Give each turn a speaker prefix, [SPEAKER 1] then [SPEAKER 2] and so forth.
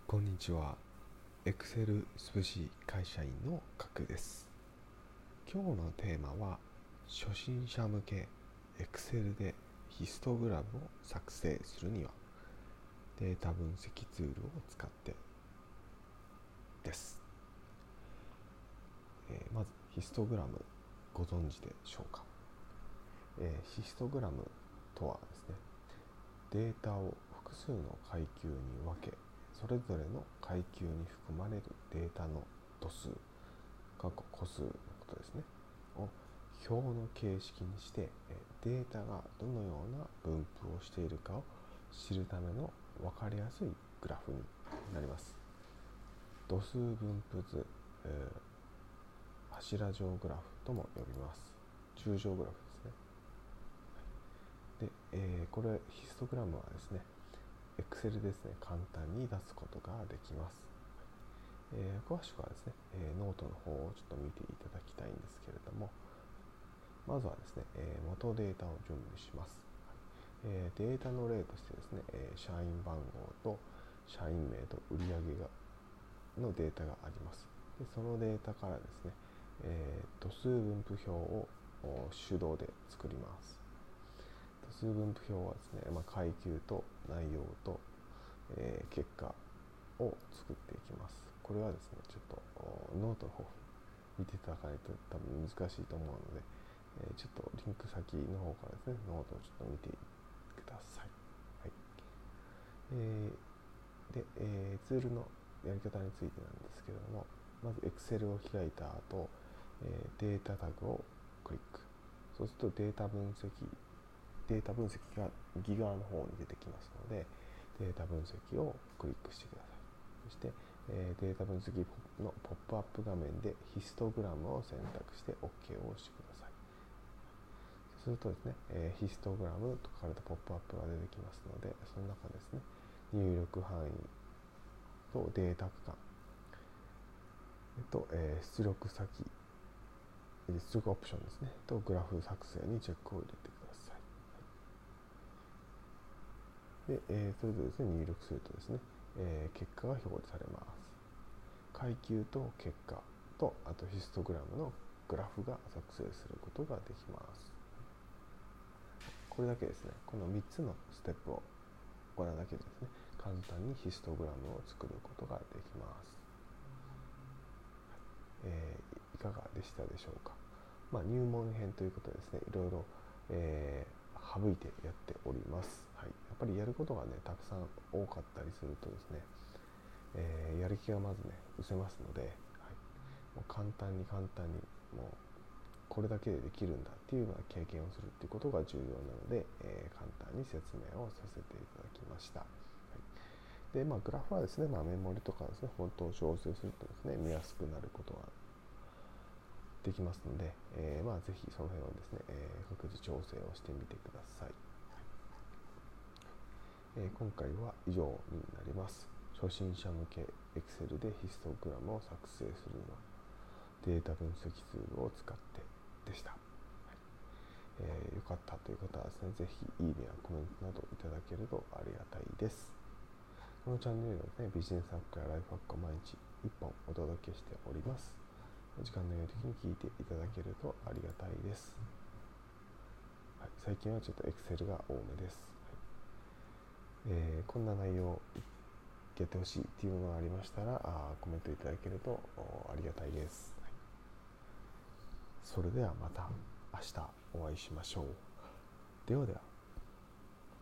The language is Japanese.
[SPEAKER 1] こんにちは。Excel スシ会社員のカクです。今日のテーマは、初心者向け Excel でヒストグラムを作成するにはデータ分析ツールを使ってです。まずヒストグラムご存知でしょうか。ヒストグラムとはですね、データを複数の階級に分け、それぞれの階級に含まれるデータの度数、個数のことですね、を表の形式にして、データがどのような分布をしているかを知るための分かりやすいグラフになります。度数分布図、柱状グラフとも呼びます。柱状グラフですね。で、これヒストグラムはですね、Excel ですね、簡単に出すことができます。詳しくはですね、ノートの方をちょっと見ていただきたいんですけれども、まずはですね、元データを準備します。データの例としてですね、社員番号と社員名と売上のデータがあります。でそのデータからですね、度数分布表を手動で作ります。度数分布表はですね、階級と内容と、結果を作っていきます。これはですね、ちょっとノートの方見ていただかないと多分難しいと思うので、ちょっとリンク先の方からですね、ノートをちょっと見てください。はい。ツールのやり方についてなんですけれども、まず Excel を開いた後、データタグをクリック。そうするとデータ分析が右側の方に出てきますので、データ分析をクリックしてください。そして、データ分析のポップアップ画面でヒストグラムを選択して OK を押してください。そうするとですね、ヒストグラムと書かれたポップアップが出てきますので、その中ですね、入力範囲とデータ区間と、出力先、出力オプションですねとグラフ作成にチェックを入れてください。で、それぞれですね、入力するとですね、結果が表示されます。階級と結果と、あとヒストグラムのグラフが作成することができます。これだけですね、この3つのステップを行うだけでですね、簡単にヒストグラムを作ることができます。いかがでしたでしょうか。入門編ということでですね、いろいろ、省いてやっております。はい、やっぱりやることがね、たくさん多かったりするとですね、やる気がまずね、失せますので、はい、もう簡単にもうこれだけでできるんだっていうような経験をするっていうことが重要なので、簡単に説明をさせていただきました。はい、で、グラフはですね、メモリとかですね、フォントを調整するとですね、見やすくなることができますので、ぜひその辺をですね、各自調整をしてみてください。今回は以上になります。初心者向け Excel でヒストグラムを作成するのはデータ分析ツールを使ってでした。よかったという方はですね、ぜひいいねやコメントなどいただけるとありがたいです。このチャンネルではですね、ビジネスハックやライフハックを毎日1本お届けしております。お時間の余裕的に聞いていただけるとありがたいです。はい、最近はちょっと Excel が多めです。こんな内容やってほしいっていうものがありましたらコメントいただけるとありがたいです。はい、それではまた明日お会いしましょう。ではでは。